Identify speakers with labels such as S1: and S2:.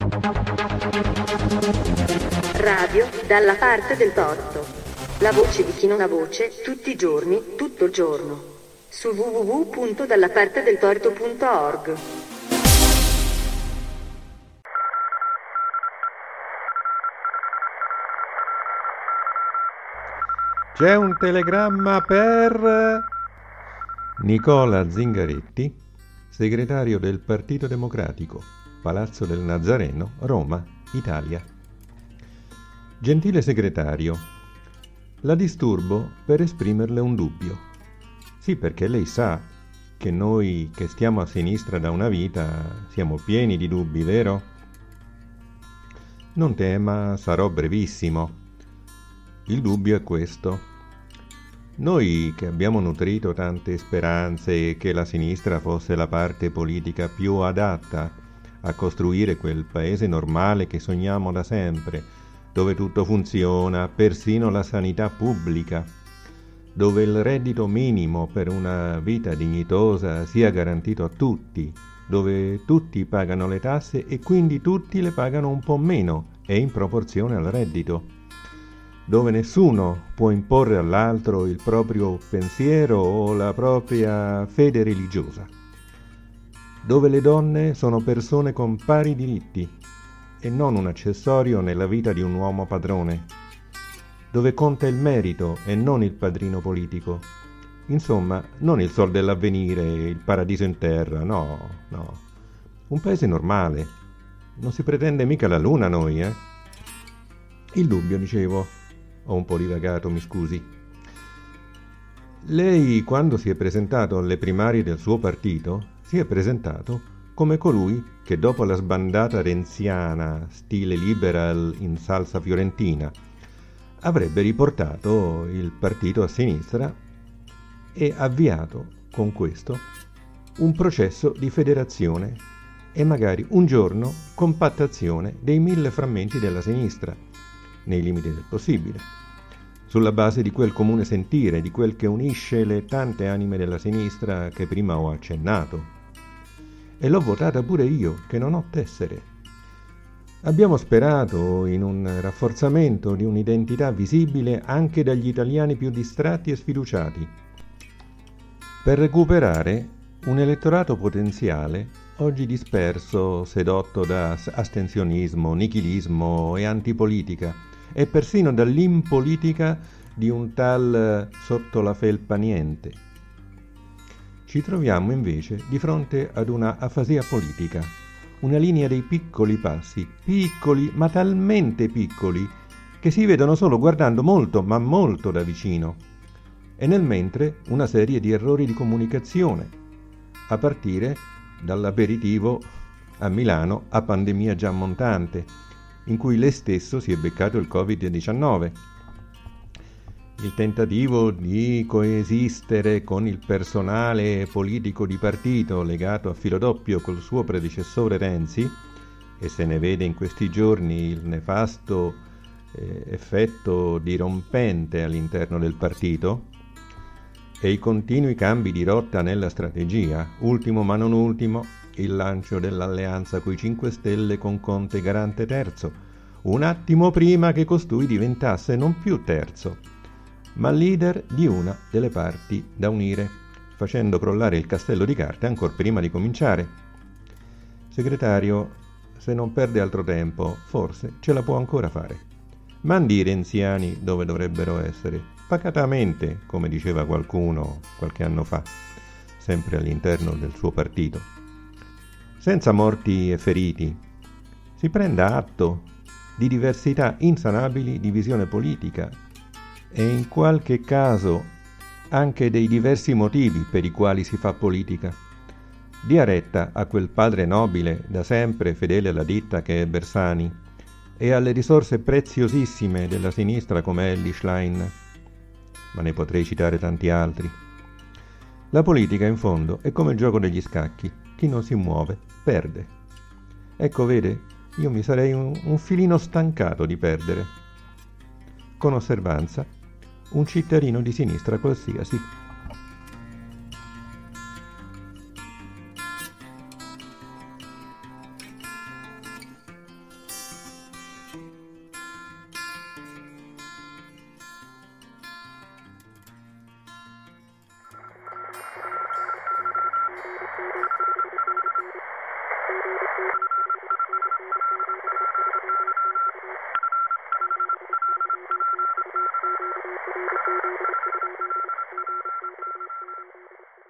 S1: Radio dalla parte del torto. La voce di chi non ha voce, tutti i giorni, tutto il giorno. Su www.dallapartedeltorto.org.
S2: C'è un telegramma per Nicola Zingaretti, segretario del Partito Democratico, Palazzo del Nazareno, Roma, Italia. Gentile segretario, la disturbo per esprimerle un dubbio. Sì, perché lei sa che noi che stiamo a sinistra da una vita siamo pieni di dubbi, vero? Non tema, sarò brevissimo. Il dubbio è questo. Noi che abbiamo nutrito tante speranze che la sinistra fosse la parte politica più adatta a costruire quel paese normale che sogniamo da sempre, dove tutto funziona, persino la sanità pubblica, dove il reddito minimo per una vita dignitosa sia garantito a tutti, dove tutti pagano le tasse e quindi tutti le pagano un po' meno e in proporzione al reddito, dove nessuno può imporre all'altro il proprio pensiero o la propria fede religiosa, dove le donne sono persone con pari diritti e non un accessorio nella vita di un uomo padrone, dove conta il merito e non il padrino politico. Insomma, non il sol dell'avvenire, il paradiso in terra, no. Un paese normale. Non si pretende mica la luna noi, Il dubbio, dicevo. Ho un po' divagato, mi scusi. Lei, quando si è presentato alle primarie del suo partito, si è presentato come colui che dopo la sbandata renziana, stile liberal in salsa fiorentina, avrebbe riportato il partito a sinistra e avviato con questo un processo di federazione e magari un giorno compattazione dei 1000 frammenti della sinistra, nei limiti del possibile, sulla base di quel comune sentire, di quel che unisce le tante anime della sinistra che prima ho accennato. E l'ho votata pure io, che non ho tessere. Abbiamo sperato in un rafforzamento di un'identità visibile anche dagli italiani più distratti e sfiduciati, per recuperare un elettorato potenziale oggi disperso, sedotto da astensionismo, nichilismo e antipolitica, e persino dall'impolitica di un tal sotto la felpa niente. Ci troviamo invece di fronte ad una afasia politica, una linea dei piccoli passi, piccoli ma talmente piccoli che si vedono solo guardando molto ma molto da vicino, e nel mentre una serie di errori di comunicazione, a partire dall'aperitivo a Milano a pandemia già montante, in cui lei stesso si è beccato il Covid-19. Il tentativo di coesistere con il personale politico di partito legato a filo doppio col suo predecessore Renzi, e se ne vede in questi giorni il nefasto effetto dirompente all'interno del partito, e i continui cambi di rotta nella strategia, ultimo ma non ultimo il lancio dell'alleanza coi 5 Stelle con Conte garante terzo, un attimo prima che costui diventasse non più terzo, ma leader di una delle parti da unire, facendo crollare il castello di carte ancor prima di cominciare. Segretario, se non perde altro tempo, forse ce la può ancora fare. Mandi i renziani dove dovrebbero essere, pacatamente, come diceva qualcuno qualche anno fa, sempre all'interno del suo partito. Senza morti e feriti. Si prenda atto di diversità insanabili di visione politica e in qualche caso anche dei diversi motivi per i quali si fa politica. Dia retta a quel padre nobile, da sempre fedele alla ditta che è Bersani, e alle risorse preziosissime della sinistra come Elly Schlein, ma ne potrei citare tanti altri. La politica, in fondo, è come il gioco degli scacchi. Chi non si muove, perde. Ecco, vede, io mi sarei un filino stancato di perdere. Con osservanza, un cittadino di sinistra qualsiasi.